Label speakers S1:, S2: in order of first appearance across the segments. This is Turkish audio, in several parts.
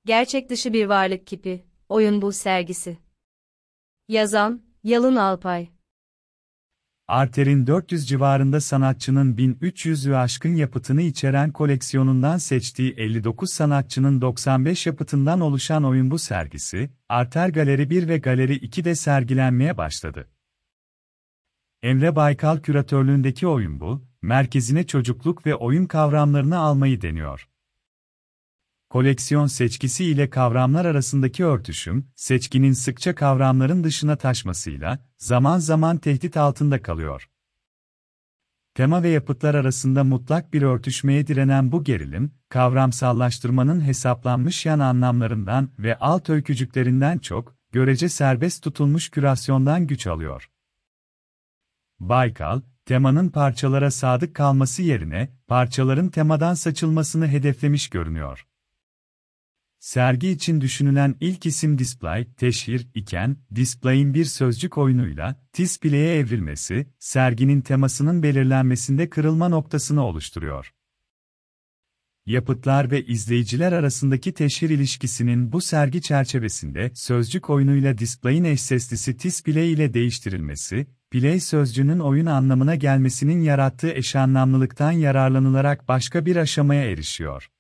S1: Gerçek dışı bir varlık kipi, Oyun Bu sergisi. Yazan, Yalın Alpay.
S2: Arter'in 400 civarında sanatçının 1300'ü aşkın yapıtını içeren koleksiyonundan seçtiği 59 sanatçının 95 yapıtından oluşan Oyun Bu sergisi, Arter Galeri 1 ve Galeri 2'de sergilenmeye başladı. Emre Baykal küratörlüğündeki Oyun Bu, merkezine çocukluk ve oyun kavramlarını almayı deniyor. Koleksiyon seçkisi ile kavramlar arasındaki örtüşüm, seçkinin sıkça kavramların dışına taşmasıyla, zaman zaman tehdit altında kalıyor. Tema ve yapıtlar arasında mutlak bir örtüşmeye direnen bu gerilim, kavramsallaştırmanın hesaplanmış yan anlamlarından ve alt öykücüklerinden çok, görece serbest tutulmuş kürasyondan güç alıyor. Baykal, temanın parçalara sadık kalması yerine, parçaların temadan saçılmasını hedeflemiş görünüyor. Sergi için düşünülen ilk isim display, teşhir iken, display'in bir sözcük oyunuyla, display'e evrilmesi, serginin temasının belirlenmesinde kırılma noktasını oluşturuyor. Yapıtlar ve izleyiciler arasındaki teşhir ilişkisinin bu sergi çerçevesinde sözcük oyunuyla display'in eşseslisi display ile değiştirilmesi, play sözcüğünün oyun anlamına gelmesinin yarattığı eşanlamlılıktan yararlanılarak başka bir aşamaya erişiyor.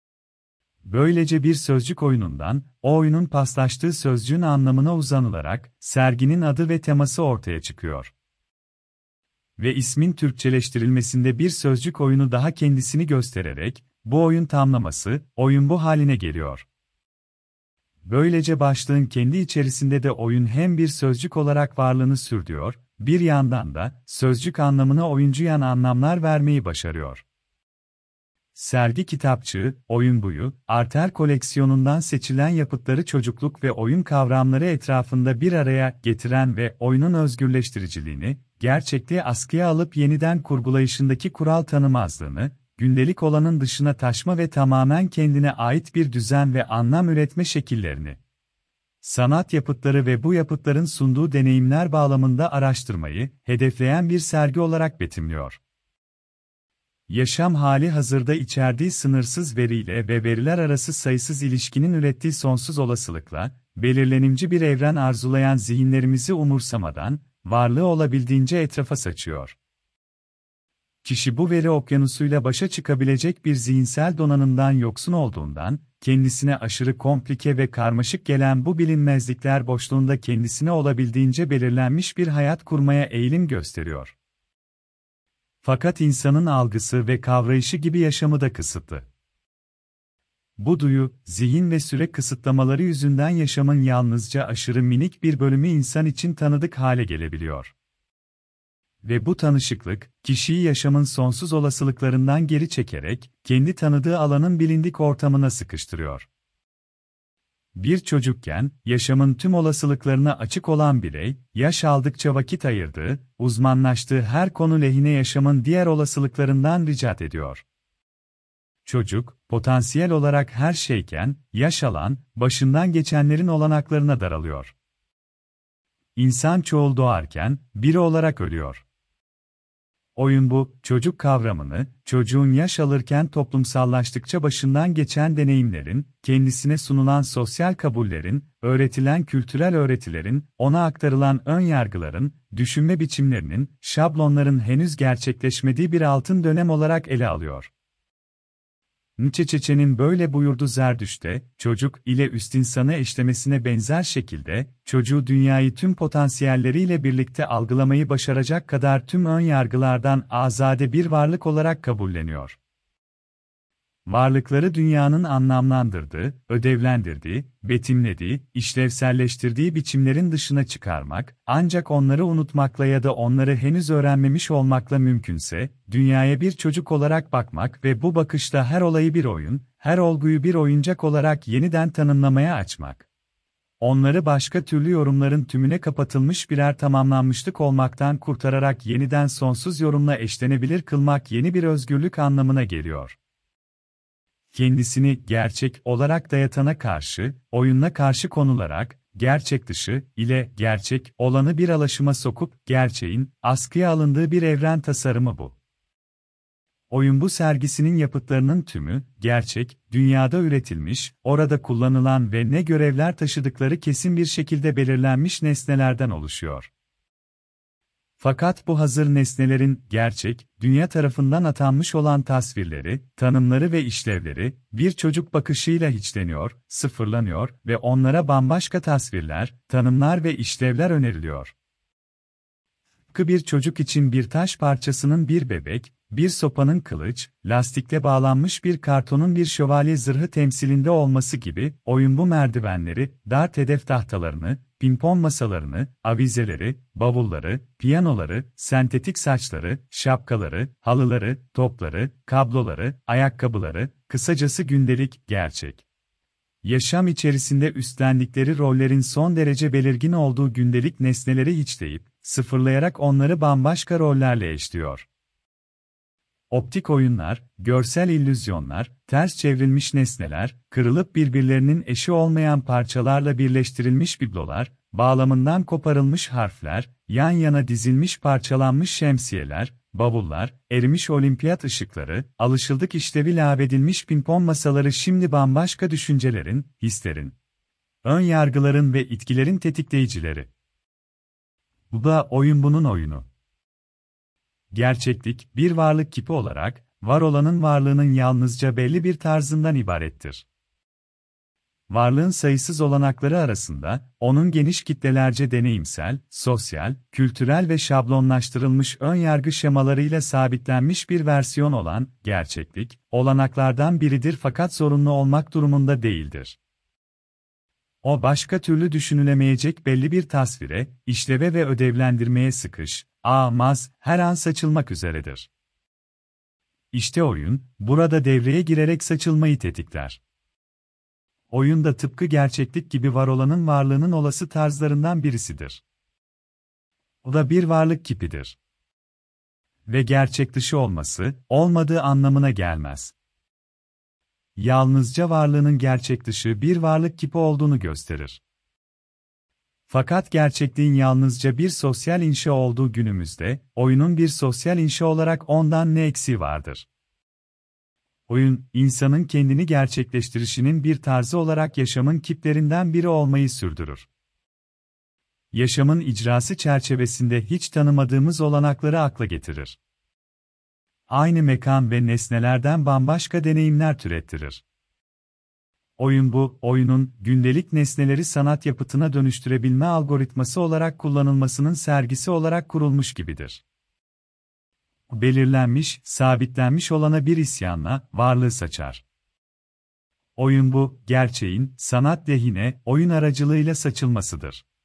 S2: Böylece bir sözcük oyunundan, o oyunun paslaştığı sözcüğün anlamına uzanılarak, serginin adı ve teması ortaya çıkıyor. Ve ismin Türkçeleştirilmesinde bir sözcük oyunu daha kendisini göstererek, bu oyun tamlaması, oyun bu haline geliyor. Böylece başlığın kendi içerisinde de oyun hem bir sözcük olarak varlığını sürdürüyor, bir yandan da, sözcük anlamına oyuncuyan anlamlar vermeyi başarıyor. Sergi kitapçığı, Oyun Bu'yu, Arter koleksiyonundan seçilen yapıtları çocukluk ve oyun kavramları etrafında bir araya getiren ve oyunun özgürleştiriciliğini, gerçekliği askıya alıp yeniden kurgulayışındaki kural tanımazlığını, gündelik olanın dışına taşma ve tamamen kendine ait bir düzen ve anlam üretme şekillerini, sanat yapıtları ve bu yapıtların sunduğu deneyimler bağlamında araştırmayı hedefleyen bir sergi olarak betimliyor. Yaşam hali hazırda içerdiği sınırsız veriyle ve veriler arası sayısız ilişkinin ürettiği sonsuz olasılıkla, belirlenimci bir evren arzulayan zihinlerimizi umursamadan, varlığı olabildiğince etrafa saçıyor. Kişi bu veri okyanusuyla başa çıkabilecek bir zihinsel donanımdan yoksun olduğundan, kendisine aşırı komplike ve karmaşık gelen bu bilinmezlikler boşluğunda kendisine olabildiğince belirlenmiş bir hayat kurmaya eğilim gösteriyor. Fakat insanın algısı ve kavrayışı gibi yaşamı da kısıtlı. Bu duyu, zihin ve süre kısıtlamaları yüzünden yaşamın yalnızca aşırı minik bir bölümü insan için tanıdık hale gelebiliyor. Ve bu tanışıklık, kişiyi yaşamın sonsuz olasılıklarından geri çekerek, kendi tanıdığı alanın bilindik ortamına sıkıştırıyor. Bir çocukken, yaşamın tüm olasılıklarına açık olan birey, yaş aldıkça vakit ayırdığı, uzmanlaştığı her konu lehine yaşamın diğer olasılıklarından ricat ediyor. Çocuk, potansiyel olarak her şeyken, yaş alan, başından geçenlerin olanaklarına daralıyor. İnsan çoğul doğarken, biri olarak ölüyor. Oyun bu, çocuk kavramını, çocuğun yaş alırken toplumsallaştıkça başından geçen deneyimlerin, kendisine sunulan sosyal kabullerin, öğretilen kültürel öğretilerin, ona aktarılan ön yargıların, düşünme biçimlerinin, şablonların henüz gerçekleşmediği bir altın dönem olarak ele alıyor. Nietzsche'nin böyle buyurduğu Zerdüşt'te, çocuk ile üst insanı eşlemesine benzer şekilde, çocuğu dünyayı tüm potansiyelleriyle birlikte algılamayı başaracak kadar tüm ön yargılardan azade bir varlık olarak kabulleniyor. Varlıkları dünyanın anlamlandırdığı, ödevlendirdiği, betimlediği, işlevselleştirdiği biçimlerin dışına çıkarmak, ancak onları unutmakla ya da onları henüz öğrenmemiş olmakla mümkünse, dünyaya bir çocuk olarak bakmak ve bu bakışla her olayı bir oyun, her olguyu bir oyuncak olarak yeniden tanımlamaya açmak. Onları başka türlü yorumların tümüne kapatılmış birer tamamlanmışlık olmaktan kurtararak yeniden sonsuz yorumla eşlenebilir kılmak yeni bir özgürlük anlamına geliyor. Kendisini gerçek olarak dayatana karşı, oyunla karşı konularak, gerçek dışı ile gerçek olanı bir alaşıma sokup gerçeğin askıya alındığı bir evren tasarımı bu. Oyun bu sergisinin yapıtlarının tümü, gerçek, dünyada üretilmiş, orada kullanılan ve ne görevler taşıdıkları kesin bir şekilde belirlenmiş nesnelerden oluşuyor. Fakat bu hazır nesnelerin, gerçek, dünya tarafından atanmış olan tasvirleri, tanımları ve işlevleri, bir çocuk bakışıyla hiçleniyor, sıfırlanıyor ve onlara bambaşka tasvirler, tanımlar ve işlevler öneriliyor. Tıpkı bir çocuk için bir taş parçasının bir bebek, bir sopanın kılıç, lastikle bağlanmış bir kartonun bir şövalye zırhı temsilinde olması gibi, oyun bu merdivenleri, dart hedef tahtalarını, pimpon masalarını, avizeleri, bavulları, piyanoları, sentetik saçları, şapkaları, halıları, topları, kabloları, ayakkabıları, kısacası gündelik, gerçek yaşam içerisinde üstlendikleri rollerin son derece belirgin olduğu gündelik nesneleri hiçleyip, sıfırlayarak onları bambaşka rollerle eşliyor. Optik oyunlar, görsel illüzyonlar, ters çevrilmiş nesneler, kırılıp birbirlerinin eşi olmayan parçalarla birleştirilmiş biblolar, bağlamından koparılmış harfler, yan yana dizilmiş parçalanmış şemsiyeler, bavullar, erimiş olimpiyat ışıkları, alışıldık işlevi lağvedilmiş pimpon masaları şimdi bambaşka düşüncelerin, hislerin, ön yargıların ve itkilerin tetikleyicileri. Bu da oyun bunun oyunu. Gerçeklik, bir varlık kipi olarak, var olanın varlığının yalnızca belli bir tarzından ibarettir. Varlığın sayısız olanakları arasında, onun geniş kitlelerce deneyimsel, sosyal, kültürel ve şablonlaştırılmış önyargı şemalarıyla sabitlenmiş bir versiyon olan, gerçeklik, olanaklardan biridir fakat zorunlu olmak durumunda değildir. O başka türlü düşünülemeyecek belli bir tasvire, işleve ve ödevlendirmeye sıkışamaz, her an saçılmak üzeredir. İşte oyun, burada devreye girerek saçılmayı tetikler. Oyun da tıpkı gerçeklik gibi var olanın varlığının olası tarzlarından birisidir. O da bir varlık kipidir. Ve gerçek dışı olması, olmadığı anlamına gelmez. Yalnızca varlığının gerçek dışı bir varlık kipi olduğunu gösterir. Fakat gerçekliğin yalnızca bir sosyal inşa olduğu günümüzde, oyunun bir sosyal inşa olarak ondan ne eksiği vardır? Oyun, insanın kendini gerçekleştirişinin bir tarzı olarak yaşamın kiplerinden biri olmayı sürdürür. Yaşamın icrası çerçevesinde hiç tanımadığımız olanakları akla getirir. Aynı mekan ve nesnelerden bambaşka deneyimler türettirir. Oyun bu, oyunun, gündelik nesneleri sanat yapıtına dönüştürebilme algoritması olarak kullanılmasının sergisi olarak kurulmuş gibidir. Belirlenmiş, sabitlenmiş olana bir isyanla, varlığı saçar. Oyun bu, gerçeğin, sanat lehine, oyun aracılığıyla saçılmasıdır.